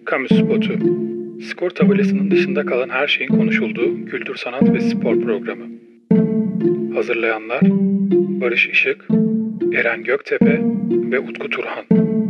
Kamu spotu. Skor tabelasının dışında kalan her şeyin konuşulduğu kültür, sanat ve spor programı. Hazırlayanlar Barış Işık, Eren Göktepe ve Utku Turhan.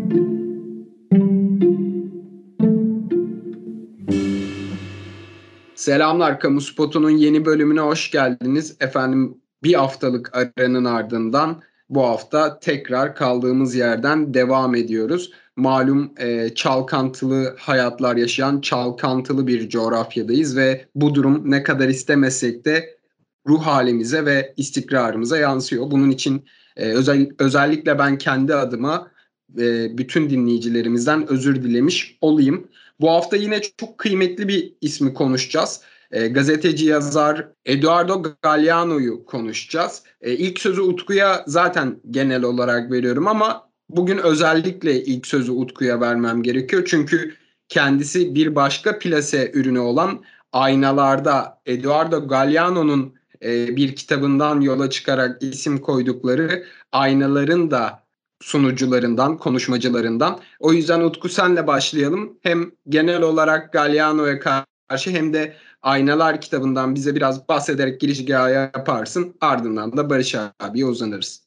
Selamlar, Kamu Spotu'nun yeni bölümüne hoş geldiniz. Efendim, bir haftalık aranın ardından bu hafta tekrar kaldığımız yerden devam ediyoruz. Malum çalkantılı hayatlar yaşayan çalkantılı bir coğrafyadayız ve bu durum ne kadar istemesek de ruh halimize ve istikrarımıza yansıyor. Bunun için özellikle ben kendi adıma bütün dinleyicilerimizden özür dilemiş olayım. Bu hafta yine çok kıymetli bir ismi konuşacağız. Gazeteci yazar Eduardo Galeano'yu konuşacağız. İlk sözü Utku'ya zaten genel olarak veriyorum ama bugün özellikle ilk sözü Utku'ya vermem gerekiyor. Çünkü kendisi bir başka plase ürünü olan Aynalarda Eduardo Galeano'nun bir kitabından yola çıkarak isim koydukları Aynaların da sunucularından, konuşmacılarından. O yüzden Utku, senle başlayalım. Hem genel olarak Galeano'ya karşı hem de Aynalar kitabından bize biraz bahsederek girişgahı yaparsın. Ardından da Barış abiye uzanırız.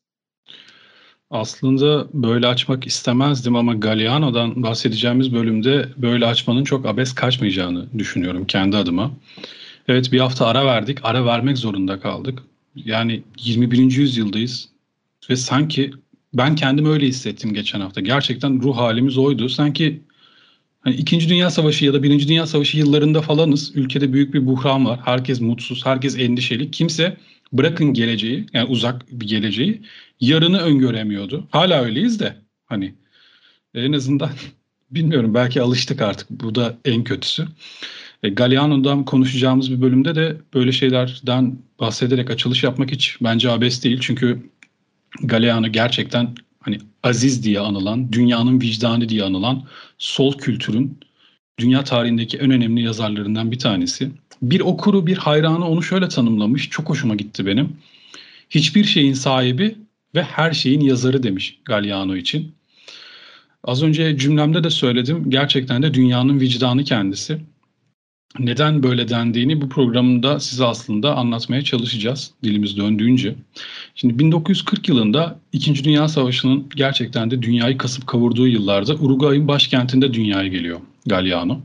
Aslında böyle açmak istemezdim ama Galeano'dan bahsedeceğimiz bölümde böyle açmanın çok abes kaçmayacağını düşünüyorum kendi adıma. Evet, bir hafta ara verdik. Ara vermek zorunda kaldık. Yani 21. yüzyıldayız ve sanki ben kendimi öyle hissettim geçen hafta. Gerçekten ruh halimiz oydu. Sanki hani İkinci Dünya Savaşı ya da Birinci Dünya Savaşı yıllarında falanız. Ülkede büyük bir buhran var. Herkes mutsuz, herkes endişeli. Kimse bırakın geleceği, yani uzak bir geleceği, yarını öngöremiyordu. Hala öyleyiz de hani en azından bilmiyorum, belki alıştık artık. Bu da en kötüsü. Galeano'dan konuşacağımız bir bölümde de böyle şeylerden bahsederek açılış yapmak hiç bence abes değil. Çünkü Galeano gerçekten hani aziz diye anılan, dünyanın vicdanı diye anılan sol kültürün dünya tarihindeki en önemli yazarlarından bir tanesi. Bir okuru, bir hayranı onu şöyle tanımlamış. Çok hoşuma gitti benim. Hiçbir şeyin sahibi ve her şeyin yazarı demiş Galeano için. Az önce cümlemde de söyledim. Gerçekten de dünyanın vicdanı kendisi. Neden böyle dendiğini bu programda size aslında anlatmaya çalışacağız dilimiz döndüğünce. Şimdi 1940 yılında 2. Dünya Savaşı'nın gerçekten de dünyayı kasıp kavurduğu yıllarda Uruguay'ın başkentinde dünyaya geliyor Galeano.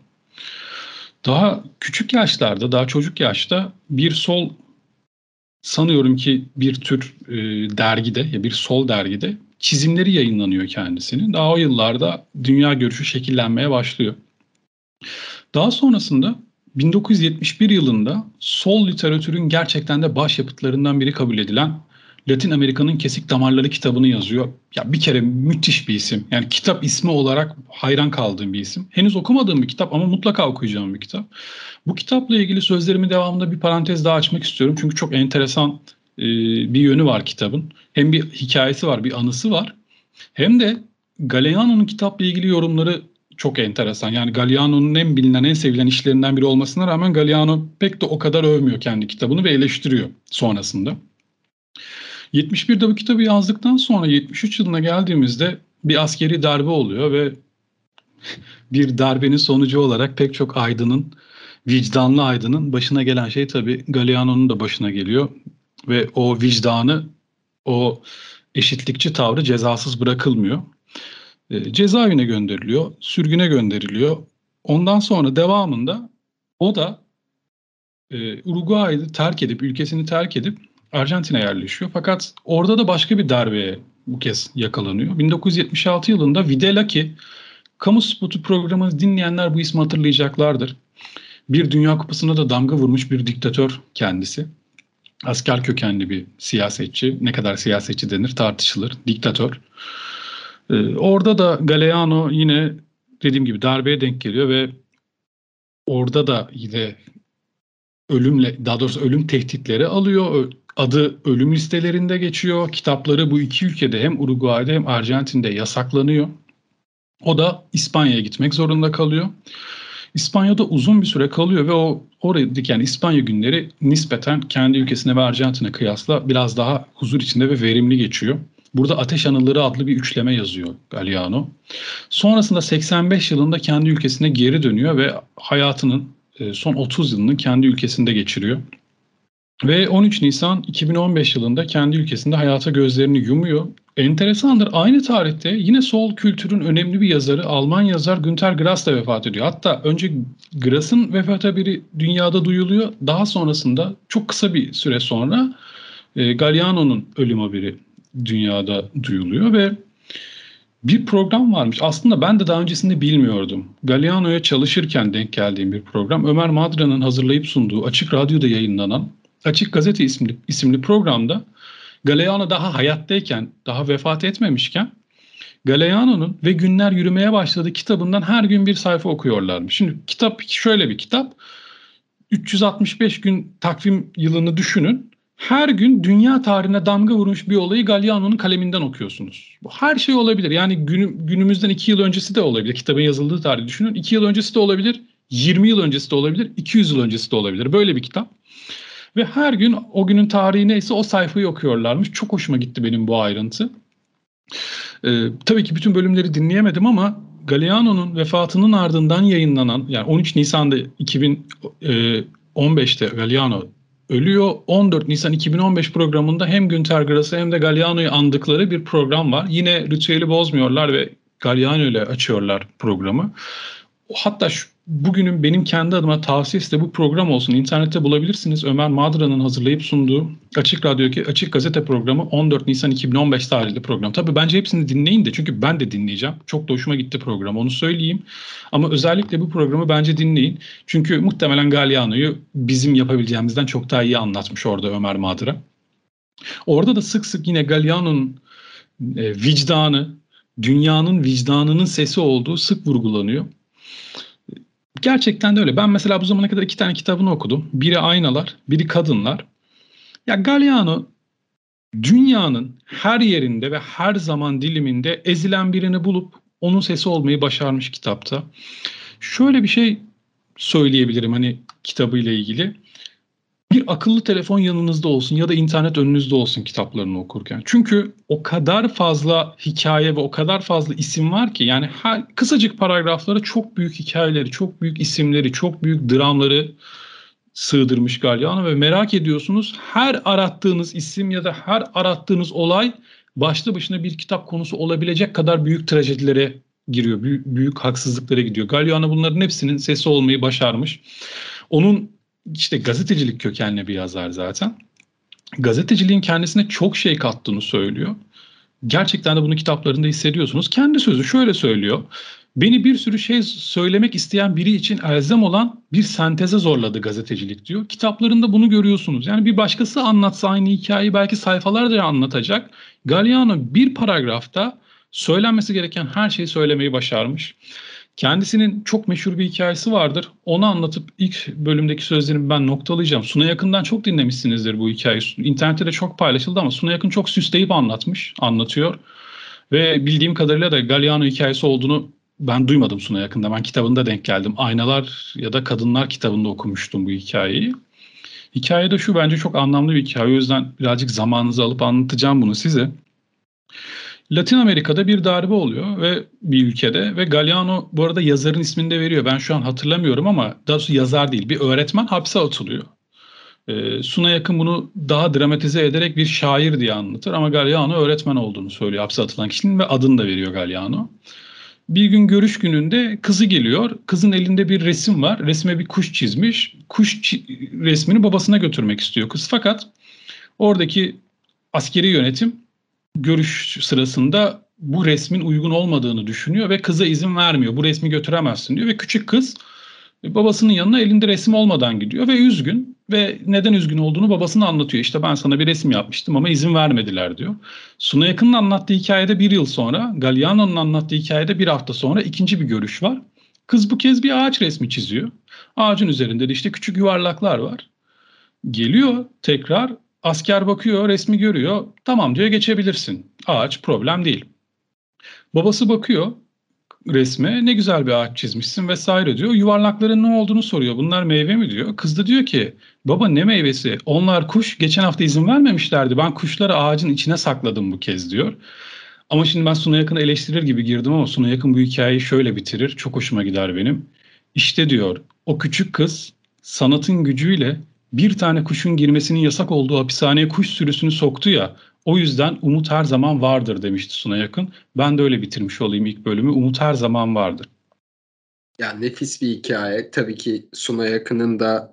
Daha küçük yaşlarda, daha çocuk yaşta bir sol, sanıyorum ki bir tür dergide ya bir sol dergide çizimleri yayınlanıyor kendisinin. Daha o yıllarda dünya görüşü şekillenmeye başlıyor. Daha sonrasında 1971 yılında sol literatürün gerçekten de başyapıtlarından biri kabul edilen Latin Amerika'nın Kesik Damarları kitabını yazıyor. Ya bir kere müthiş bir isim. Yani kitap ismi olarak hayran kaldığım bir isim. Henüz okumadığım bir kitap ama mutlaka okuyacağım bir kitap. Bu kitapla ilgili sözlerimi devamında bir parantez daha açmak istiyorum. Çünkü çok enteresan bir yönü var kitabın. Hem bir hikayesi var, bir anısı var. Hem de Galeano'nun kitapla ilgili yorumları çok enteresan. Yani Galeano'nun en bilinen, en sevilen işlerinden biri olmasına rağmen Galeano pek de o kadar övmüyor kendi kitabını ve eleştiriyor sonrasında. 71'de bu kitabı yazdıktan sonra 73 yılına geldiğimizde bir askeri darbe oluyor ve bir darbenin sonucu olarak pek çok aydının, vicdanlı aydının başına gelen şey tabii Galeano'nun da başına geliyor. Ve o vicdanı, o eşitlikçi tavrı cezasız bırakılmıyor. Cezaevine gönderiliyor, sürgüne gönderiliyor. Ondan sonra devamında o da Uruguay'ı terk edip, ülkesini terk edip Arjantin'e yerleşiyor. Fakat orada da başka bir darbeye bu kez yakalanıyor. 1976 yılında Videla, ki Kamu Spotu programı dinleyenler bu ismi hatırlayacaklardır. Bir Dünya Kupası'na da damga vurmuş bir diktatör kendisi. Asker kökenli bir siyasetçi. Ne kadar siyasetçi denir tartışılır. Diktatör. Orada da Galeano yine dediğim gibi darbeye denk geliyor ve orada da yine ölüm tehditleri alıyor. Adı ölüm listelerinde geçiyor. Kitapları bu iki ülkede, hem Uruguay'da hem Arjantin'de yasaklanıyor. O da İspanya'ya gitmek zorunda kalıyor. İspanya'da uzun bir süre kalıyor ve oradaki yani İspanya günleri nispeten kendi ülkesine ve Arjantin'e kıyasla biraz daha huzur içinde ve verimli geçiyor. Burada Ateş Anıları adlı bir üçleme yazıyor Galliano. Sonrasında 85 yılında kendi ülkesine geri dönüyor ve hayatının son 30 yılını kendi ülkesinde geçiriyor. Ve 13 Nisan 2015 yılında kendi ülkesinde hayata gözlerini yumuyor. Enteresandır. Aynı tarihte yine sol kültürün önemli bir yazarı Alman yazar Günter Grass da vefat ediyor. Hatta önce Grass'ın vefat haberi dünyada duyuluyor. Daha sonrasında çok kısa bir süre sonra Galliano'nun ölüm haberi dünyada duyuluyor ve bir program varmış. Aslında ben de daha öncesinde bilmiyordum. Galliano'ya çalışırken denk geldiğim bir program. Ömer Madra'nın hazırlayıp sunduğu Açık Radyo'da yayınlanan Açık Gazete isimli programda Galliano daha hayattayken, daha vefat etmemişken Galliano'nun ve Günler Yürümeye Başladı kitabından her gün bir sayfa okuyorlarmış. Şimdi kitap şöyle bir kitap. 365 gün takvim yılını düşünün. Her gün dünya tarihine damga vurmuş bir olayı Galliano'nun kaleminden okuyorsunuz. Bu her şey olabilir. Yani günümüzden 2 yıl öncesi de olabilir. Kitabın yazıldığı tarihi düşünün. 2 yıl öncesi de olabilir. 20 yıl öncesi de olabilir. 200 yıl öncesi de olabilir. Böyle bir kitap. Ve her gün o günün tarihi neyse o sayfayı okuyorlarmış. Çok hoşuma gitti benim bu ayrıntı. Tabii ki bütün bölümleri dinleyemedim ama Galliano'nun vefatının ardından yayınlanan, yani 13 Nisan'da 2015'te Galliano ölüyor. 14 Nisan 2015 programında hem Günter Grass'ı hem de Galliano'yu andıkları bir program var. Yine ritüeli bozmuyorlar ve Galliano ile açıyorlar programı. Hatta bugünün benim kendi adıma tavsiyesi de bu program olsun. İnternette bulabilirsiniz. Ömer Madra'nın hazırlayıp sunduğu Açık Radyo'daki Açık Gazete programı 14 Nisan 2015 tarihli program. Tabii bence hepsini dinleyin de çünkü ben de dinleyeceğim. Çok da hoşuma gitti program, onu söyleyeyim. Ama özellikle bu programı bence dinleyin. Çünkü muhtemelen Galliano'yu bizim yapabileceğimizden çok daha iyi anlatmış orada Ömer Madra. Orada da sık sık yine Galliano'nun vicdanı, dünyanın vicdanının sesi olduğu sık vurgulanıyor. Gerçekten de öyle. Ben mesela bu zamana kadar 2 tane kitabını okudum. Biri Aynalar, biri Kadınlar. Ya Galliano dünyanın her yerinde ve her zaman diliminde ezilen birini bulup onun sesi olmayı başarmış kitapta. Şöyle bir şey söyleyebilirim hani kitabıyla ilgili. Bir akıllı telefon yanınızda olsun ya da internet önünüzde olsun kitaplarını okurken. Çünkü o kadar fazla hikaye ve o kadar fazla isim var ki yani kısacık paragraflara çok büyük hikayeleri, çok büyük isimleri, çok büyük dramları sığdırmış Galliano ve merak ediyorsunuz. Her arattığınız isim ya da her arattığınız olay başlı başına bir kitap konusu olabilecek kadar büyük trajedilere giriyor. Büyük haksızlıklara gidiyor. Galliano bunların hepsinin sesi olmayı başarmış. Onun işte gazetecilik kökenli bir yazar zaten. Gazeteciliğin kendisine çok şey kattığını söylüyor. Gerçekten de bunu kitaplarında hissediyorsunuz. Kendi sözü şöyle söylüyor. Beni bir sürü şey söylemek isteyen biri için elzem olan bir senteze zorladı gazetecilik diyor. Kitaplarında bunu görüyorsunuz. Yani bir başkası anlatsa aynı hikayeyi belki sayfalarca anlatacak. Galliano bir paragrafta söylenmesi gereken her şeyi söylemeyi başarmış. Kendisinin çok meşhur bir hikayesi vardır. Onu anlatıp ilk bölümdeki sözlerimi ben noktalayacağım. Suna Yakın'dan çok dinlemişsinizdir bu hikayeyi. İnternette de çok paylaşıldı ama Suna Yakın çok süsleyip anlatıyor. Ve bildiğim kadarıyla da Galliano hikayesi olduğunu ben duymadım Suna Yakın'da. Ben kitabında denk geldim. Aynalar ya da Kadınlar kitabında okumuştum bu hikayeyi. Hikaye de şu, bence çok anlamlı bir hikaye. O yüzden birazcık zamanınızı alıp anlatacağım bunu size. Latin Amerika'da bir darbe oluyor ve bir ülkede ve Galliano bu arada yazarın ismini de veriyor. Ben şu an hatırlamıyorum ama daha doğrusu yazar değil, bir öğretmen hapse atılıyor. Suna Yakın bunu daha dramatize ederek bir şair diye anlatır ama Galliano öğretmen olduğunu söylüyor hapse atılan kişinin ve adını da veriyor Galliano. Bir gün görüş gününde kızı geliyor. Kızın elinde bir resim var. Resme bir kuş çizmiş. Resmini babasına götürmek istiyor kız. Fakat oradaki askeri yönetim görüş sırasında bu resmin uygun olmadığını düşünüyor ve kıza izin vermiyor. Bu resmi götüremezsin diyor ve küçük kız babasının yanına elinde resim olmadan gidiyor ve üzgün ve neden üzgün olduğunu babasına anlatıyor. İşte ben sana bir resim yapmıştım ama izin vermediler diyor. Suna Yakın'ın anlattığı hikayede 1 yıl sonra, Galliano'nun anlattığı hikayede 1 hafta sonra ikinci bir görüş var. Kız bu kez bir ağaç resmi çiziyor. Ağacın üzerinde de işte küçük yuvarlaklar var. Geliyor tekrar, asker bakıyor, resmi görüyor. Tamam diyor, geçebilirsin. Ağaç problem değil. Babası bakıyor. resme. Ne güzel bir ağaç çizmişsin vesaire diyor. Yuvarlakların ne olduğunu soruyor. Bunlar meyve mi diyor. Kız da diyor ki baba ne meyvesi? Onlar kuş. Geçen hafta izin vermemişlerdi. Ben kuşları ağacın içine sakladım bu kez diyor. Ama şimdi ben Suna Yakın'ı eleştirir gibi girdim ama Suna Yakın bu hikayeyi şöyle bitirir. Çok hoşuma gider benim. İşte diyor o küçük kız sanatın gücüyle bir tane kuşun girmesinin yasak olduğu hapishaneye kuş sürüsünü soktu ya. O yüzden umut her zaman vardır demişti Suna Yakın. Ben de öyle bitirmiş olayım ilk bölümü. Umut her zaman vardır. Yani nefis bir hikaye. Tabii ki Suna Yakın'ın da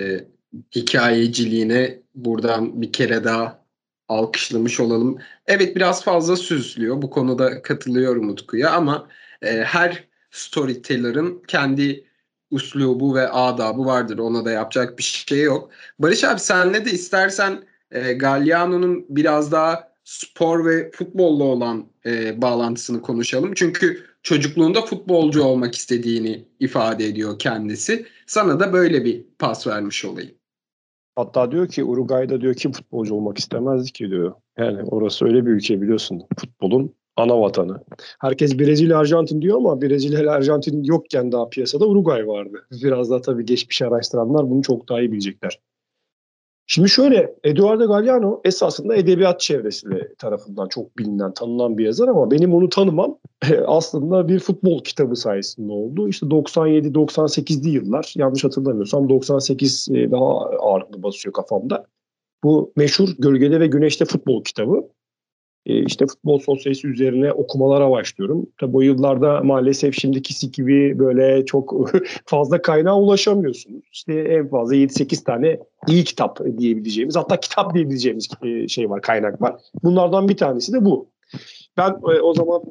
hikayeciliğine buradan bir kere daha alkışlamış olalım. Evet, biraz fazla süslüyor. Bu konuda katılıyorum Utku'ya ama her storyteller'ın kendi üslubu ve adabı vardır. Ona da yapacak bir şey yok. Barış abi, senle de istersen Galliano'nun biraz daha spor ve futbolla olan bağlantısını konuşalım. Çünkü çocukluğunda futbolcu olmak istediğini ifade ediyor kendisi. Sana da böyle bir pas vermiş olayım. Hatta diyor ki Uruguay'da diyor kim futbolcu olmak istemezdi ki diyor. Yani orası öyle bir ülke biliyorsun. Futbolun ana vatanı. Herkes Brezilya, Arjantin diyor ama Brezilya ile Arjantin yokken daha piyasada Uruguay vardı. Biraz daha tabii geçmişi araştıranlar bunu çok daha iyi bilecekler. Şimdi şöyle, Eduardo Galeano esasında edebiyat çevresi tarafından çok bilinen, tanınan bir yazar ama benim onu tanımam aslında bir futbol kitabı sayesinde oldu. İşte 97-98'li yıllar, yanlış hatırlamıyorsam 98 daha ağırlıklı basıyor kafamda. Bu meşhur Gölgede ve Güneşte futbol kitabı. İşte futbol sosyolojisi üzerine okumalara başlıyorum. Tabii o yıllarda maalesef şimdikisi gibi böyle çok fazla kaynağa ulaşamıyorsunuz. İşte en fazla 7-8 tane iyi kitap diyebileceğimiz, hatta kitap diyebileceğimiz şey var, kaynak var. Bunlardan bir tanesi de bu. Ben o zaman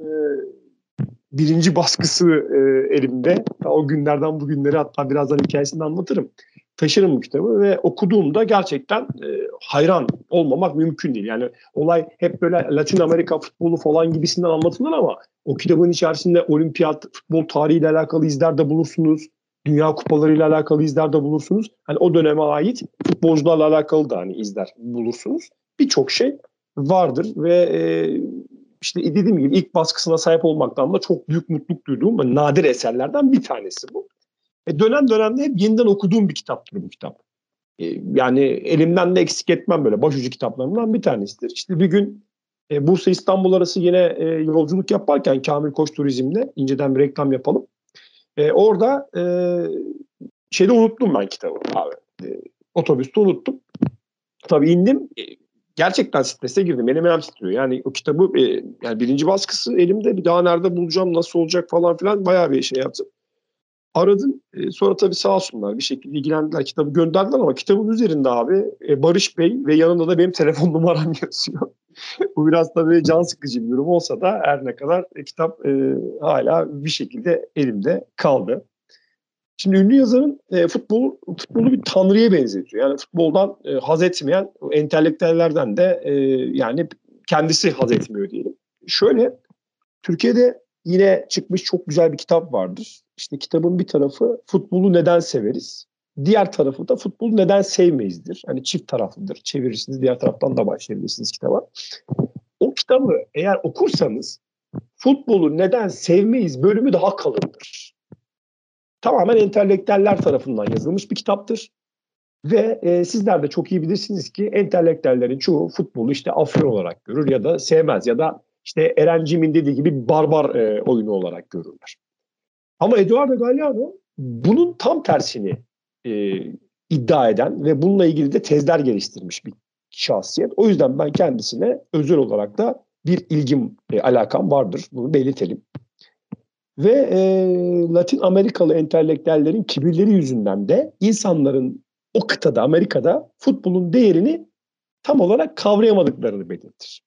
birinci baskısı elimde. O günlerden bugünleri, hatta birazdan hikayesini anlatırım. Taşırım bu kitabı ve okuduğumda gerçekten hayran olmamak mümkün değil. Yani olay hep böyle Latin Amerika futbolu falan gibisinden anlatılır ama o kitabın içerisinde olimpiyat futbol tarihiyle alakalı izler de bulursunuz. Dünya kupalarıyla alakalı izler de bulursunuz. Hani o döneme ait futbolcularla alakalı da hani izler bulursunuz. Birçok şey vardır ve işte dediğim gibi ilk baskısına sahip olmaktan da çok büyük mutluluk duyduğum nadir eserlerden bir tanesi bu. Dönem dönemde hep yeniden okuduğum bir kitaptır bu kitap. Yani elimden de eksik etmem, böyle başucu kitaplarımdan bir tanesidir. İşte bir gün Bursa İstanbul arası yine yolculuk yaparken Kamil Koç Turizm'le inceden bir reklam yapalım. Orada şeyde unuttum ben kitabı abi. Otobüste unuttum. Tabii indim. Gerçekten strese girdim. Elim titriyor. Yani o kitabı yani birinci baskısı elimde, bir daha nerede bulacağım, nasıl olacak falan filan, bayağı bir şey yaptım. Aradım. Sonra tabii sağ olsunlar bir şekilde ilgilendiler. Kitabı gönderdiler ama kitabın üzerinde abi Barış Bey ve yanında da benim telefon numaram yazıyor. Bu biraz tabii can sıkıcı bir durum olsa da her ne kadar kitap hala bir şekilde elimde kaldı. Şimdi ünlü yazarın futbolu bir tanrıya benzetiyor. Yani futboldan haz etmeyen entelektüellerden de yani kendisi haz etmiyor diyelim. Şöyle, Türkiye'de yine çıkmış çok güzel bir kitap vardır. İşte kitabın bir tarafı futbolu neden severiz? Diğer tarafı da futbolu neden sevmeyizdir. Hani çift taraflıdır. Çevirirsiniz, diğer taraftan da başlayabilirsiniz kitaba. O kitabı eğer okursanız futbolu neden sevmeyiz bölümü daha kalındır. Tamamen entelektüeller tarafından yazılmış bir kitaptır. Ve sizler de çok iyi bilirsiniz ki entelektüellerin çoğu futbolu işte afyon olarak görür ya da sevmez ya da işte Eren Cim'in dediği gibi barbar oyunu olarak görürler. Ama Eduardo Galeano bunun tam tersini iddia eden ve bununla ilgili de tezler geliştirmiş bir şahsiyet. O yüzden ben kendisine özel olarak da bir ilgim, alakam vardır. Bunu belirtelim. Ve Latin Amerikalı entelektüellerin kibirleri yüzünden de insanların o kıtada, Amerika'da futbolun değerini tam olarak kavrayamadıklarını belirtir.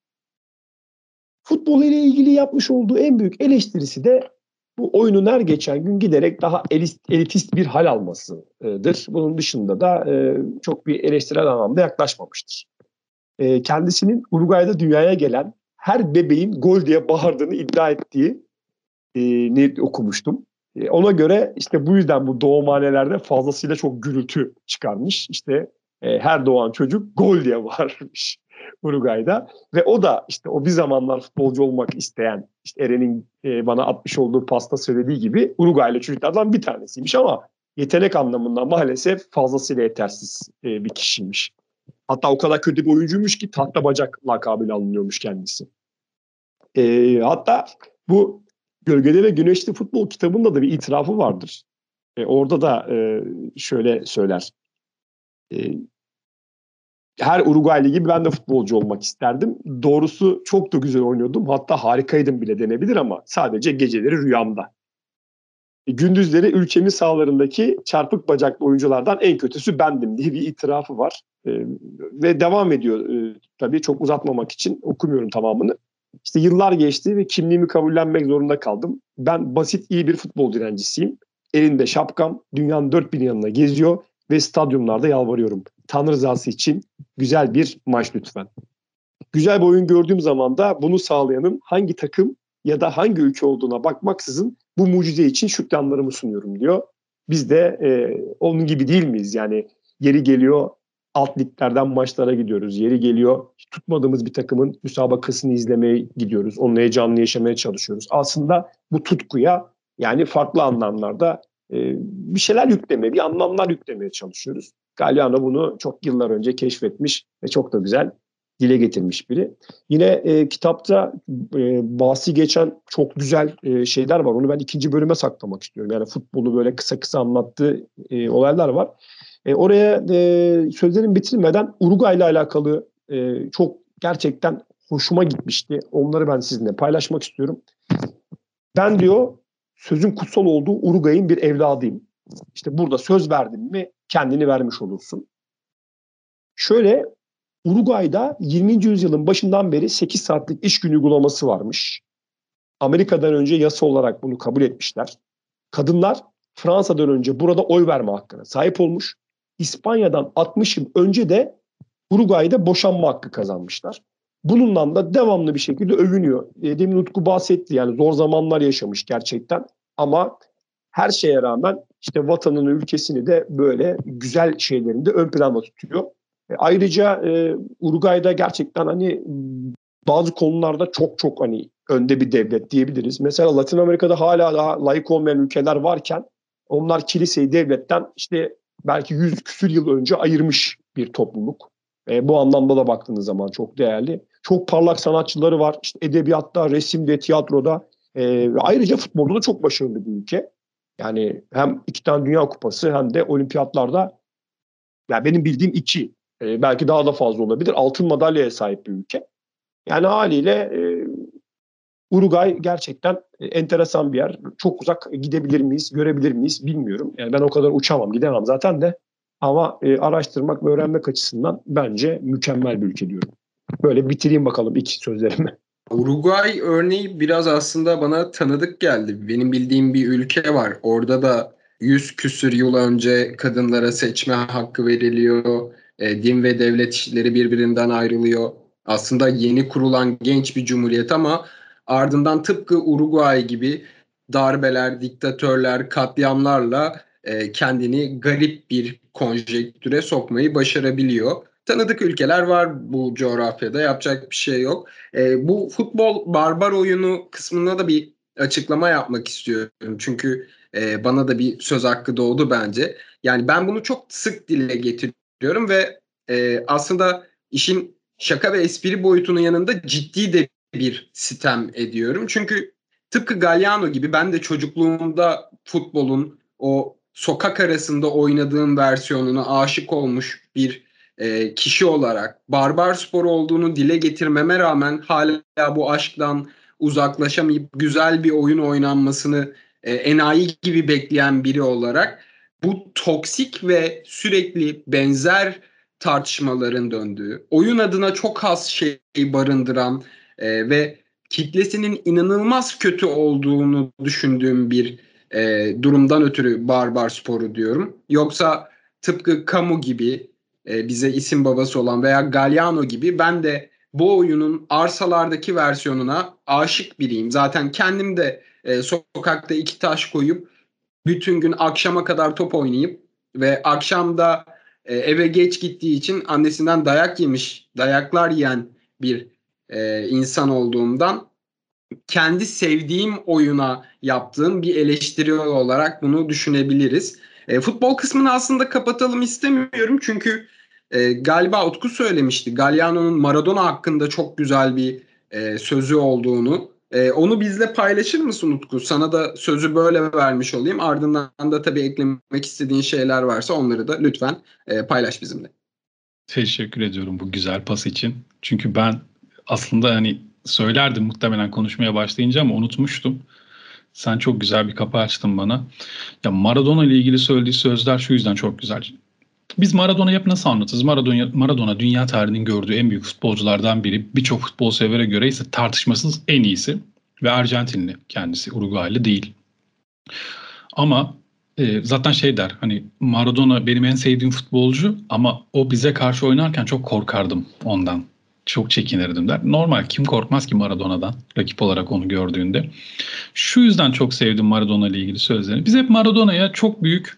Futbol ile ilgili yapmış olduğu en büyük eleştirisi de bu oyunun her geçen gün giderek daha elitist bir hal almasıdır. Bunun dışında da çok bir eleştirel anlamda yaklaşmamıştır. Kendisinin Uruguay'da dünyaya gelen her bebeğin gol diye bağırdığını iddia ettiği okumuştum. Ona göre işte bu yüzden bu doğumhanelerde fazlasıyla çok gürültü çıkarmış. İşte her doğan çocuk gol diye bağırmış. Uruguay'da. Ve o da işte o bir zamanlar futbolcu olmak isteyen, işte Eren'in bana atmış olduğu pasta söylediği gibi Uruguaylı çocuklardan bir tanesiymiş ama yetenek anlamında maalesef fazlasıyla yetersiz bir kişiymiş. Hatta o kadar kötü bir oyuncuymuş ki tahta bacak lakabıyla alınıyormuş kendisi. Hatta bu Gölgede ve Güneşli Futbol kitabında da bir itirafı vardır. Orada da şöyle söyler. Her Uruguaylı gibi ben de futbolcu olmak isterdim. Doğrusu çok da güzel oynuyordum. Hatta harikaydım bile denebilir ama sadece geceleri rüyamda. Gündüzleri ülkemin sahalarındaki çarpık bacaklı oyunculardan en kötüsü bendim diye bir itirafı var. Ve devam ediyor. Tabii çok uzatmamak için okumuyorum tamamını. İşte yıllar geçti ve kimliğimi kabullenmek zorunda kaldım. Ben basit iyi bir futbol direncisiyim. Elinde şapkam, dünyanın dört bir yanına geziyor ve stadyumlarda yalvarıyorum. Tanrı rızası için güzel bir maç lütfen. Güzel bir oyun gördüğüm zaman da bunu sağlayanın hangi takım ya da hangi ülke olduğuna bakmaksızın bu mucize için şükranlarımı sunuyorum diyor. Biz de onun gibi değil miyiz? Yani yeri geliyor alt liglerden maçlara gidiyoruz. Yeri geliyor tutmadığımız bir takımın müsabakasını izlemeye gidiyoruz. Onun heyecanını yaşamaya çalışıyoruz. Aslında bu tutkuya yani farklı anlamlarda bir şeyler yüklemeye, bir anlamlar yüklemeye çalışıyoruz. Galliano bunu çok yıllar önce keşfetmiş ve çok da güzel dile getirmiş biri. Yine kitapta bahsi geçen çok güzel şeyler var. Onu ben ikinci bölüme saklamak istiyorum. Yani futbolu böyle kısa kısa anlattığı olaylar var. Oraya sözlerimi bitirmeden Uruguay ile alakalı çok gerçekten hoşuma gitmişti. Onları ben sizinle paylaşmak istiyorum. Ben diyor sözün kutsal olduğu Uruguay'ın bir evladıyım. İşte burada söz verdin mi kendini vermiş olursun. Şöyle Uruguay'da 20. yüzyılın başından beri 8 saatlik iş günü uygulaması varmış. Amerika'dan önce yasa olarak bunu kabul etmişler. Kadınlar Fransa'dan önce burada oy verme hakkına sahip olmuş. İspanya'dan 60 yıl önce de Uruguay'da boşanma hakkı kazanmışlar. Bununla da devamlı bir şekilde övünüyor. Demin Utku bahsetti yani zor zamanlar yaşamış gerçekten. Ama her şeye rağmen işte vatanını, ülkesini de böyle güzel şeylerini de ön planda tutuyor. Ayrıca Uruguay'da gerçekten hani bazı konularda çok çok hani önde bir devlet diyebiliriz. Mesela Latin Amerika'da hala daha laik olmayan ülkeler varken onlar kiliseyi devletten işte belki 100 küsür yıl önce ayırmış bir topluluk. Bu anlamda da baktığınız zaman çok değerli. Çok parlak sanatçıları var. İşte edebiyatta, resimde, tiyatroda. Ayrıca futbolda da çok başarılı bir ülke. Yani hem 2 tane Dünya Kupası hem de olimpiyatlarda yani benim bildiğim 2 belki daha da fazla olabilir. Altın madalyaya sahip bir ülke. Yani haliyle Uruguay gerçekten enteresan bir yer. Çok uzak gidebilir miyiz, görebilir miyiz bilmiyorum. Yani ben o kadar uçamam, gidemem zaten de. Ama araştırmak ve öğrenmek açısından bence mükemmel bir ülke diyorum. Böyle bitireyim bakalım iki sözlerimi. Uruguay örneği biraz aslında bana tanıdık geldi. Benim bildiğim bir ülke var. Orada da 100 küsür yıl önce kadınlara seçme hakkı veriliyor. Din ve devlet işleri birbirinden ayrılıyor. Aslında yeni kurulan genç bir cumhuriyet ama ardından tıpkı Uruguay gibi darbeler, diktatörler, katliamlarla kendini garip bir konjektüre sokmayı başarabiliyor. Tanıdık ülkeler var bu coğrafyada, yapacak bir şey yok. Bu futbol barbar oyunu kısmında da bir açıklama yapmak istiyorum. Çünkü bana da bir söz hakkı doğdu bence. Yani ben bunu çok sık dile getiriyorum ve aslında işin şaka ve espri boyutunun yanında ciddi de bir sitem ediyorum. Çünkü tıpkı Galliano gibi ben de çocukluğumda futbolun o sokak arasında oynadığım versiyonuna aşık olmuş bir kişi olarak barbar spor olduğunu dile getirmeme rağmen hala bu aşktan uzaklaşamayıp güzel bir oyun oynanmasını enayi gibi bekleyen biri olarak bu toksik ve sürekli benzer tartışmaların döndüğü, oyun adına çok az şey barındıran ve kitlesinin inanılmaz kötü olduğunu düşündüğüm bir durumdan ötürü barbar sporu diyorum. Yoksa tıpkı Camus gibi bize isim babası olan veya Galliano gibi ben de bu oyunun arsalardaki versiyonuna aşık biriyim. Zaten kendim de sokakta 2 taş koyup bütün gün akşama kadar top oynayıp ve akşamda eve geç gittiği için annesinden dayaklar yiyen bir insan olduğumdan kendi sevdiğim oyuna yaptığım bir eleştiri olarak bunu düşünebiliriz. Futbol kısmını aslında kapatalım istemiyorum çünkü galiba Utku söylemişti. Galliano'nun Maradona hakkında çok güzel bir sözü olduğunu. Onu bizle paylaşır mısın Utku? Sana da sözü böyle vermiş olayım. Ardından da tabii eklemek istediğin şeyler varsa onları da lütfen paylaş bizimle. Teşekkür ediyorum bu güzel pas için. Çünkü ben aslında hani söylerdim muhtemelen konuşmaya başlayınca ama unutmuştum. Sen çok güzel bir kapı açtın bana. Ya Maradona ile ilgili söylediği sözler şu yüzden çok güzel. Biz Maradona'yı hep nasıl anlatırız? Maradona dünya tarihinin gördüğü en büyük futbolculardan biri. Birçok futbol severe göre ise tartışmasız en iyisi. Ve Arjantinli kendisi, Uruguaylı değil. Ama zaten şey der, hani Maradona benim en sevdiğim futbolcu ama o bize karşı oynarken çok korkardım ondan. Çok çekinirdim der. Normal, kim korkmaz ki Maradona'dan rakip olarak onu gördüğünde. Şu yüzden çok sevdim Maradona ile ilgili sözlerini. Biz hep Maradona'ya çok büyük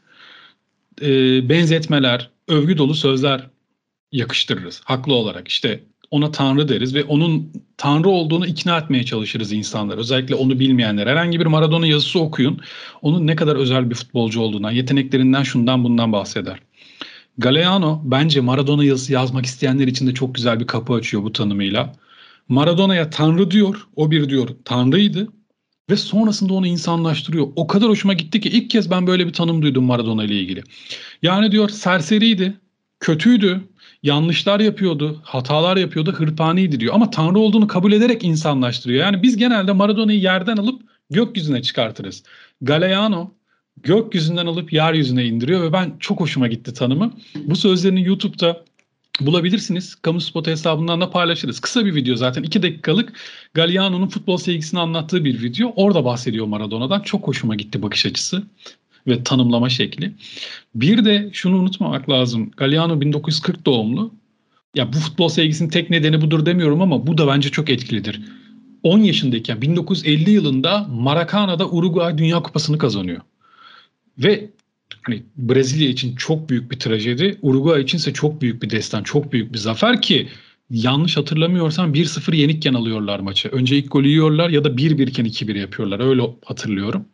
benzetmeler, övgü dolu sözler yakıştırırız. Haklı olarak işte ona Tanrı deriz ve onun Tanrı olduğunu ikna etmeye çalışırız insanlar. Özellikle onu bilmeyenler. Herhangi bir Maradona yazısı okuyun. Onun ne kadar özel bir futbolcu olduğundan, yeteneklerinden, şundan bundan bahseder. Galliano bence Maradona yazısı yazmak isteyenler için de çok güzel bir kapı açıyor bu tanımıyla. Maradona'ya Tanrı diyor, o bir diyor Tanrı'ydı ve sonrasında onu insanlaştırıyor. O kadar hoşuma gitti ki ilk kez ben böyle bir tanım duydum Maradona ile ilgili. Yani diyor serseriydi, kötüydü, yanlışlar yapıyordu, hatalar yapıyordu, hırpaniydi diyor. Ama Tanrı olduğunu kabul ederek insanlaştırıyor. Yani biz genelde Maradona'yı yerden alıp gökyüzüne çıkartırız. Galliano gökyüzünden alıp yeryüzüne indiriyor ve ben çok hoşuma gitti tanımı. Bu sözlerini YouTube'da bulabilirsiniz. Kamu Spotu hesabından da paylaşırız. Kısa bir video zaten 2 dakikalık Galliano'nun futbol sevgisini anlattığı bir video. Orada bahsediyor Maradona'dan. Çok hoşuma gitti bakış açısı ve tanımlama şekli. Bir de şunu unutmamak lazım. Galliano 1940 doğumlu. Ya bu futbol sevgisinin tek nedeni budur demiyorum ama bu da bence çok etkilidir. 10 yaşındayken 1950 yılında Maracana'da Uruguay Dünya Kupası'nı kazanıyor. Ve hani Brezilya için çok büyük bir trajedi. Uruguay içinse çok büyük bir destan, çok büyük bir zafer ki yanlış hatırlamıyorsam 1-0 yenikken alıyorlar maçı. Önce ilk golü yiyorlar ya da 1-1 iken 2-1 yapıyorlar. Öyle hatırlıyorum.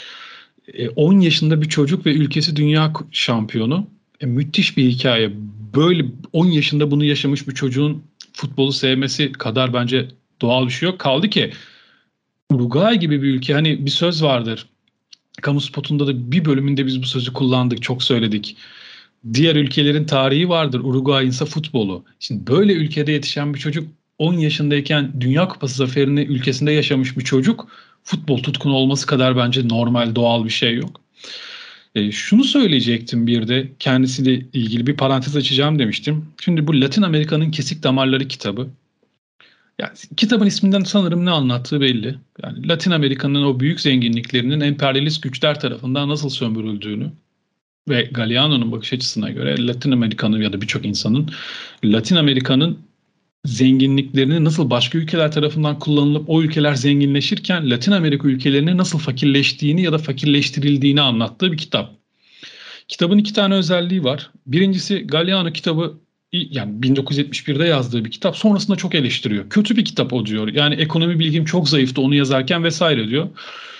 10 yaşında bir çocuk ve ülkesi dünya şampiyonu. Müthiş bir hikaye. Böyle 10 yaşında bunu yaşamış bir çocuğun futbolu sevmesi kadar bence doğal bir şey yok. Kaldı ki Uruguay gibi bir ülke, hani bir söz vardır. Kamu spotunda da bir bölümünde biz bu sözü kullandık, çok söyledik. Diğer ülkelerin tarihi vardır, Uruguay'ın ise futbolu. Şimdi böyle ülkede yetişen bir çocuk 10 yaşındayken Dünya Kupası zaferini ülkesinde yaşamış bir çocuk futbol tutkunu olması kadar bence normal, doğal bir şey yok. Şunu söyleyecektim bir de kendisiyle ilgili bir parantez açacağım demiştim. Şimdi bu Latin Amerika'nın Kesik Damarları kitabı. Yani kitabın isminden sanırım ne anlattığı belli. Yani Latin Amerika'nın o büyük zenginliklerinin emperyalist güçler tarafından nasıl sömürüldüğünü ve Galliano'nun bakış açısına göre Latin Amerika'nın ya da birçok insanın Latin Amerika'nın zenginliklerini nasıl başka ülkeler tarafından kullanılıp o ülkeler zenginleşirken Latin Amerika ülkelerinin nasıl fakirleştiğini ya da fakirleştirildiğini anlattığı bir kitap. Kitabın 2 tane özelliği var. Birincisi Galliano kitabı yani 1971'de yazdığı bir kitap. Sonrasında çok eleştiriyor. Kötü bir kitap o diyor. Yani ekonomi bilgim çok zayıftı onu yazarken vesaire diyor.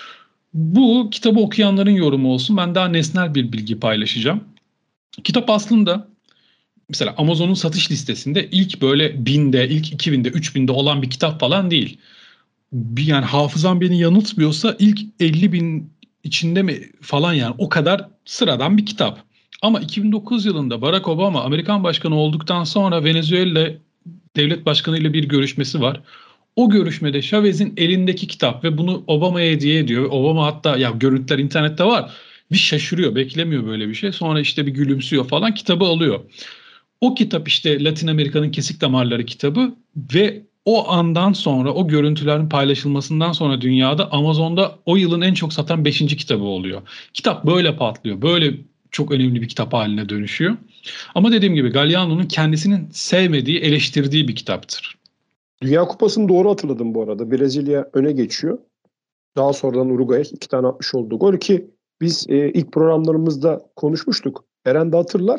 Bu kitabı okuyanların yorumu olsun. Ben daha nesnel bir bilgi paylaşacağım. Kitap aslında mesela Amazon'un satış listesinde ilk böyle 1000'de, ilk 2000'de, 3000'de olan bir kitap falan değil. Yani hafızam beni yanıltmıyorsa ilk 50.000 içinde mi falan, yani o kadar sıradan bir kitap. Ama 2009 yılında Barack Obama Amerikan başkanı olduktan sonra Venezuela devlet başkanı ile bir görüşmesi var. O görüşmede Chavez'in elindeki kitap ve bunu Obama'ya hediye ediyor. Obama hatta, ya görüntüler internette var, bir şaşırıyor, beklemiyor böyle bir şey. Sonra işte bir gülümsüyor falan, kitabı alıyor. O kitap işte Latin Amerika'nın Kesik Damarları kitabı ve o andan sonra, o görüntülerin paylaşılmasından sonra dünyada Amazon'da o yılın en çok satan 5. kitabı oluyor. Kitap böyle patlıyor. Böyle çok önemli bir kitap haline dönüşüyor. Ama dediğim gibi Galliano'nun kendisinin sevmediği, eleştirdiği bir kitaptır. Dünya Kupası'nı doğru hatırladım bu arada. Brezilya öne geçiyor. Daha sonradan Uruguay'a 2 tane atmış olduğu gol ki biz ilk programlarımızda konuşmuştuk. Eren de hatırlar.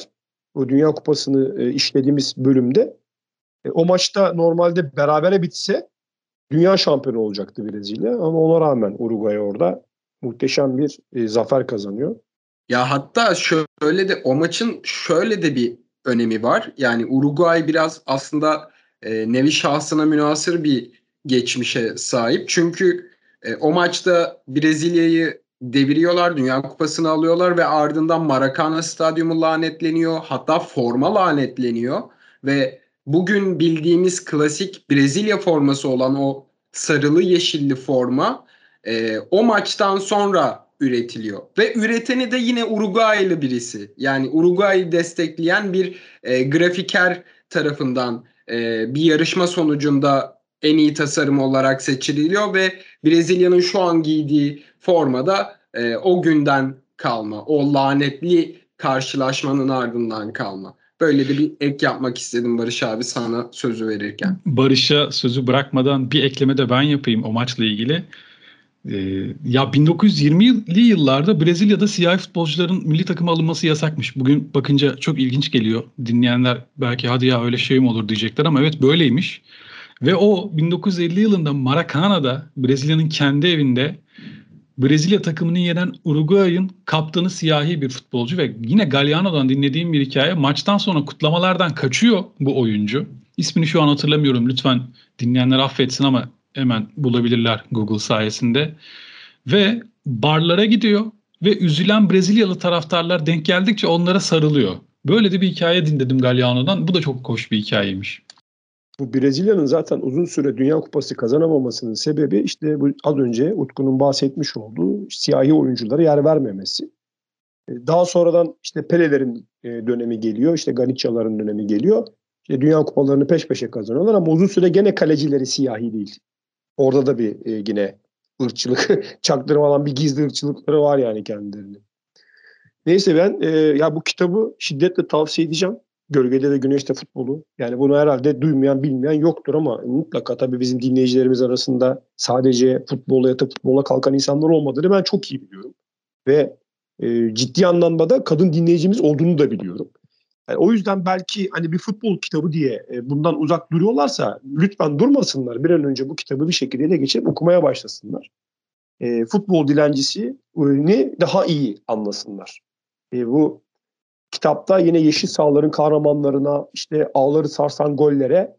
o Dünya Kupası'nı işlediğimiz bölümde. O maçta normalde berabere bitse dünya şampiyonu olacaktı Brezilya. Ama ona rağmen Uruguay orada muhteşem bir zafer kazanıyor. Ya hatta şöyle de o maçın şöyle de bir önemi var. Yani Uruguay biraz aslında nevi şahsına münhasır bir geçmişe sahip. Çünkü o maçta Brezilya'yı deviriyorlar, Dünya Kupası'nı alıyorlar ve ardından Maracana Stadyumu lanetleniyor. Hatta forma lanetleniyor ve bugün bildiğimiz klasik Brezilya forması olan o sarılı yeşilli forma o maçtan sonra üretiliyor. Ve üreteni de yine Uruguaylı birisi. Yani Uruguay'ı destekleyen bir grafiker tarafından bir yarışma sonucunda en iyi tasarım olarak seçililiyor ve Brezilya'nın şu an giydiği formada o günden kalma, o lanetli karşılaşmanın ardından kalma. Böyle de bir ek yapmak istedim Barış abi sana sözü verirken. Barış'a sözü bırakmadan bir ekleme de ben yapayım o maçla ilgili. Ya 1920'li yıllarda Brezilya'da siyahi futbolcuların milli takıma alınması yasakmış. Bugün bakınca çok ilginç geliyor. Dinleyenler belki hadi ya öyle şey mi olur diyecekler ama evet böyleymiş. Ve o 1950 yılında Maracana'da Brezilya'nın kendi evinde Brezilya takımını yenen Uruguay'ın kaptanı siyahi bir futbolcu ve yine Galliano'dan dinlediğim bir hikaye. Maçtan sonra kutlamalardan kaçıyor bu oyuncu. İsmini şu an hatırlamıyorum. Lütfen dinleyenler affetsin ama hemen bulabilirler Google sayesinde. Ve barlara gidiyor ve üzülen Brezilyalı taraftarlar denk geldikçe onlara sarılıyor. Böyle de bir hikaye dinledim Galliano'dan. Bu da çok hoş bir hikayeymiş. Bu Brezilya'nın zaten uzun süre Dünya Kupası kazanamamasının sebebi işte bu az önce Utku'nun bahsetmiş olduğu siyahi oyunculara yer vermemesi. Daha sonradan işte Pele'lerin dönemi geliyor, işte Galica'ların dönemi geliyor. İşte Dünya Kupalarını peş peşe kazanıyorlar ama uzun süre gene kalecileri siyahi değil. Orada da bir yine ırkçılık, çaktırmadan bir gizli ırkçılıkları var yani kendilerinin. Neyse ben ya bu kitabı şiddetle tavsiye edeceğim. Gölgede ve Güneşte Futbolu. Yani bunu herhalde duymayan, bilmeyen yoktur ama mutlaka tabii bizim dinleyicilerimiz arasında sadece futbola yatıp futbola kalkan insanlar olmadığını ben çok iyi biliyorum. Ve ciddi anlamda da kadın dinleyicimiz olduğunu da biliyorum. Yani o yüzden belki hani bir futbol kitabı diye bundan uzak duruyorlarsa lütfen durmasınlar. Bir an önce bu kitabı bir şekilde ele geçirip okumaya başlasınlar. Futbol dilencisini daha iyi anlasınlar. Bu kitapta yine yeşil sahaların kahramanlarına, işte ağları sarsan gollere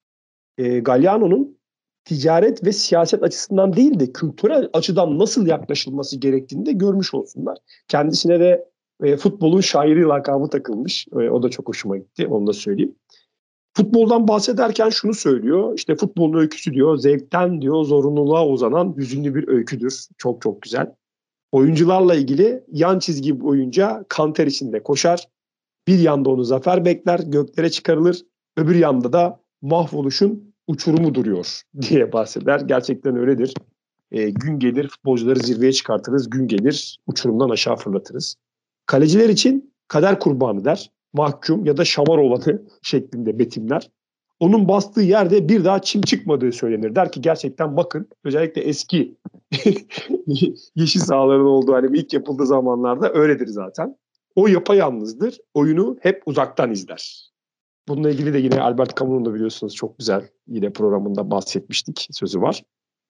Galliano'nun ticaret ve siyaset açısından değil de kültürel açıdan nasıl yaklaşılması gerektiğini de görmüş olsunlar. Kendisine de futbolun şairi lakabı takılmış. O da çok hoşuma gitti, onu da söyleyeyim. Futboldan bahsederken şunu söylüyor. İşte futbolun öyküsü diyor, zevkten diyor, zorunluluğa uzanan hüzünlü bir öyküdür. Çok çok güzel. Oyuncularla ilgili yan çizgi boyunca kan ter içinde koşar. Bir yanda onu zafer bekler, göklere çıkarılır. Öbür yanda da mahvoluşun uçurumu duruyor diye bahseder. Gerçekten öyledir. Gün gelir futbolcuları zirveye çıkartırız. Gün gelir uçurumdan aşağı fırlatırız. Kaleciler için kader kurbanı der. Mahkum ya da şamar olanı şeklinde betimler. Onun bastığı yerde bir daha çim çıkmadığı söylenir. Der ki gerçekten bakın özellikle eski yeşil sahaların olduğu hani ilk yapıldığı zamanlarda öyledir zaten. O yapayalnızdır. Oyunu hep uzaktan izler. Bununla ilgili de yine Albert Camus'un da biliyorsunuz çok güzel yine programında bahsetmiştik. Sözü var.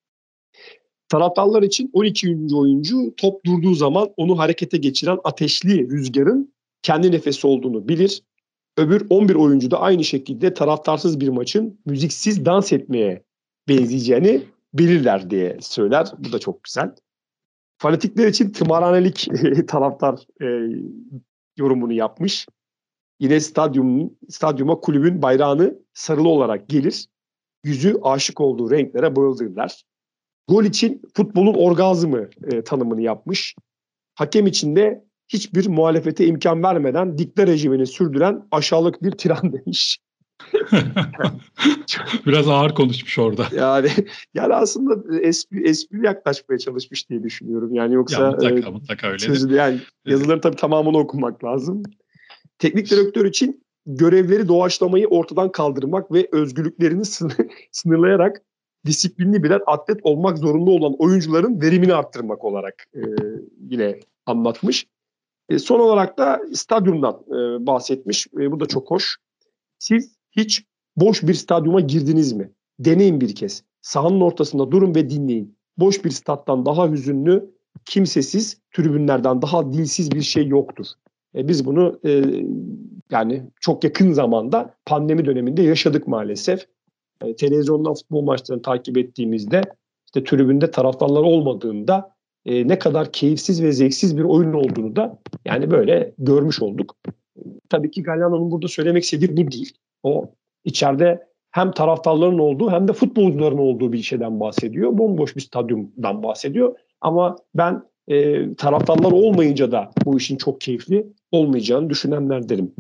Taraftarlar için 12. oyuncu top durduğu zaman onu harekete geçiren ateşli rüzgarın kendi nefesi olduğunu bilir. Öbür 11 oyuncu da aynı şekilde taraftarsız bir maçın müziksiz dans etmeye benzeyeceğini bilirler diye söyler. Bu da çok güzel. Fanatikler için tımarhanelik taraftar yorumunu yapmış. Yine stadyuma kulübün bayrağını sarılı olarak gelir. Yüzü aşık olduğu renklere boyalırlar. Gol için futbolun orgazmı tanımını yapmış. Hakem için de hiçbir muhalefete imkan vermeden dikta rejimini sürdüren aşağılık bir tiran demiş. Biraz ağır konuşmuş orada. Yani aslında espri yaklaşmaya çalışmış diye düşünüyorum. Yani yoksa ya mutlaka öyledir. Yani yazıları tabii tamamını okumak lazım. Teknik direktör için görevleri doğaçlamayı ortadan kaldırmak ve özgürlüklerini sınırlayarak disiplinli birer atlet olmak zorunda olan oyuncuların verimini arttırmak olarak yine anlatmış. Son olarak da stadyumdan bahsetmiş. Bu da çok hoş. Siz hiç boş bir stadyuma girdiniz mi? Deneyin bir kez. Sahanın ortasında durun ve dinleyin. Boş bir stat'tan daha hüzünlü, kimsesiz, tribünlerden daha dilsiz bir şey yoktur. Biz bunu yani çok yakın zamanda pandemi döneminde yaşadık maalesef. Televizyondan futbol maçlarını takip ettiğimizde işte tribünde taraftarlar olmadığında ne kadar keyifsiz ve zevksiz bir oyun olduğunu da yani böyle görmüş olduk. Tabii ki Galliano'nun burada söylemek istediği bu değil. O içeride hem taraftarların olduğu hem de futbolcuların olduğu bir şeyden bahsediyor. Bomboş bir stadyumdan bahsediyor. Ama ben taraftarlar olmayınca da bu işin çok keyifli olmayacağını düşünenlerdenim.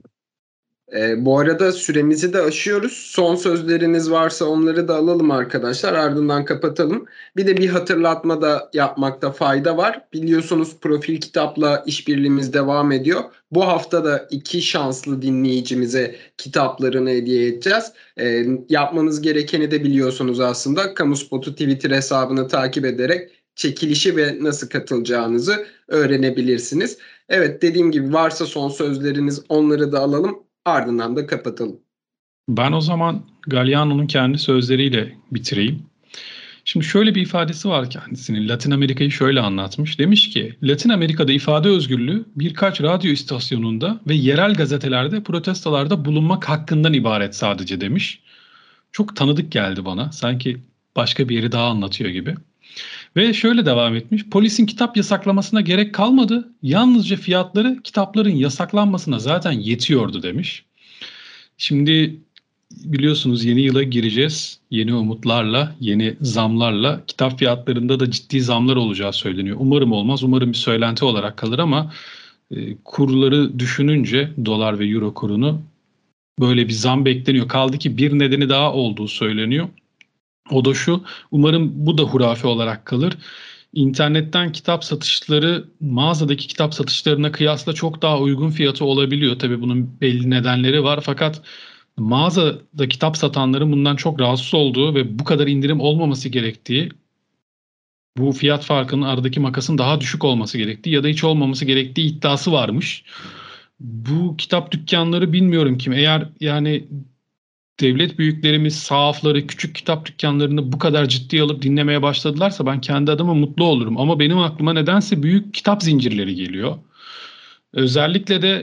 Bu arada süremizi de aşıyoruz. Son sözleriniz varsa onları da alalım arkadaşlar. Ardından kapatalım. Bir de bir hatırlatma da yapmakta fayda var. Biliyorsunuz Profil Kitap'la işbirliğimiz devam ediyor. Bu hafta da 2 şanslı dinleyicimize kitaplarını hediye edeceğiz. Yapmanız gerekeni de biliyorsunuz aslında. Kamuspot'u Twitter hesabını takip ederek çekilişi ve nasıl katılacağınızı öğrenebilirsiniz. Evet, dediğim gibi varsa son sözleriniz, onları da alalım. Ardından da kapatalım. Ben o zaman Galliano'nun kendi sözleriyle bitireyim. Şimdi şöyle bir ifadesi var kendisinin. Latin Amerika'yı şöyle anlatmış. Demiş ki Latin Amerika'da ifade özgürlüğü birkaç radyo istasyonunda ve yerel gazetelerde protestolarda bulunmak hakkından ibaret sadece demiş. Çok tanıdık geldi bana. Sanki başka bir yeri daha anlatıyor gibi. Ve şöyle devam etmiş. Polisin kitap yasaklamasına gerek kalmadı. Yalnızca fiyatları kitapların yasaklanmasına zaten yetiyordu demiş. Şimdi biliyorsunuz yeni yıla gireceğiz. Yeni umutlarla, yeni zamlarla kitap fiyatlarında da ciddi zamlar olacağı söyleniyor. Umarım olmaz. Umarım bir söylenti olarak kalır ama kurları düşününce dolar ve euro kurunu böyle bir zam bekleniyor. Kaldı ki bir nedeni daha olduğu söyleniyor. O da şu, umarım bu da hurafe olarak kalır. İnternetten kitap satışları mağazadaki kitap satışlarına kıyasla çok daha uygun fiyatı olabiliyor. Tabii bunun belli nedenleri var fakat mağazada kitap satanların bundan çok rahatsız olduğu ve bu kadar indirim olmaması gerektiği, bu fiyat farkının aradaki makasın daha düşük olması gerektiği ya da hiç olmaması gerektiği iddiası varmış. Bu kitap dükkanları bilmiyorum kim. Eğer yani devlet büyüklerimiz sahafları, küçük kitap dükkanlarını bu kadar ciddiye alıp dinlemeye başladılarsa ben kendi adıma mutlu olurum. Ama benim aklıma nedense büyük kitap zincirleri geliyor. Özellikle de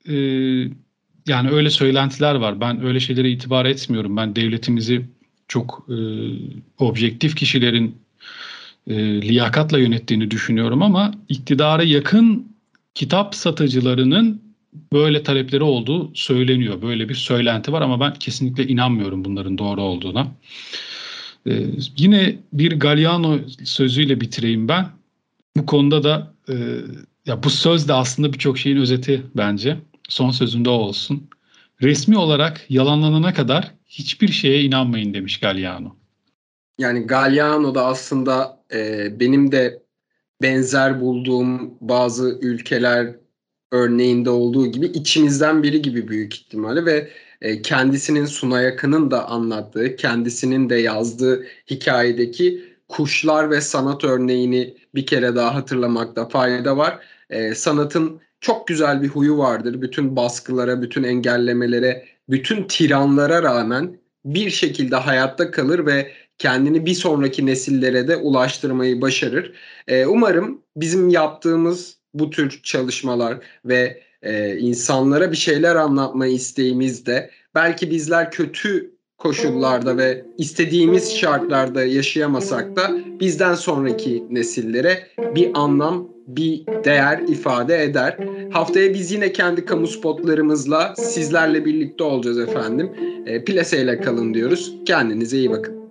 yani öyle söylentiler var. Ben öyle şeylere itibar etmiyorum. Ben devletimizi çok objektif kişilerin liyakatla yönettiğini düşünüyorum ama iktidara yakın kitap satıcılarının böyle talepleri olduğu söyleniyor. Böyle bir söylenti var ama ben kesinlikle inanmıyorum bunların doğru olduğuna. Yine bir Galliano sözüyle bitireyim ben. Bu konuda da ya bu söz de aslında birçok şeyin özeti bence. Son sözünde o olsun. Resmi olarak yalanlanana kadar hiçbir şeye inanmayın demiş Galliano. Yani Galliano da aslında benim de benzer bulduğum bazı ülkeler örneğinde olduğu gibi içimizden biri gibi büyük ihtimalle ve kendisinin Sunay Akın'ın da anlattığı, kendisinin de yazdığı hikayedeki kuşlar ve sanat örneğini bir kere daha hatırlamakta fayda var. Sanatın çok güzel bir huyu vardır. Bütün baskılara, bütün engellemelere, bütün tiranlara rağmen bir şekilde hayatta kalır ve kendini bir sonraki nesillere de ulaştırmayı başarır. Umarım bizim yaptığımız bu tür çalışmalar ve insanlara bir şeyler anlatma isteğimiz de belki bizler kötü koşullarda ve istediğimiz şartlarda yaşayamasak da bizden sonraki nesillere bir anlam, bir değer ifade eder. Haftaya biz yine kendi kamu spotlarımızla sizlerle birlikte olacağız efendim. Plaseyle kalın diyoruz. Kendinize iyi bakın.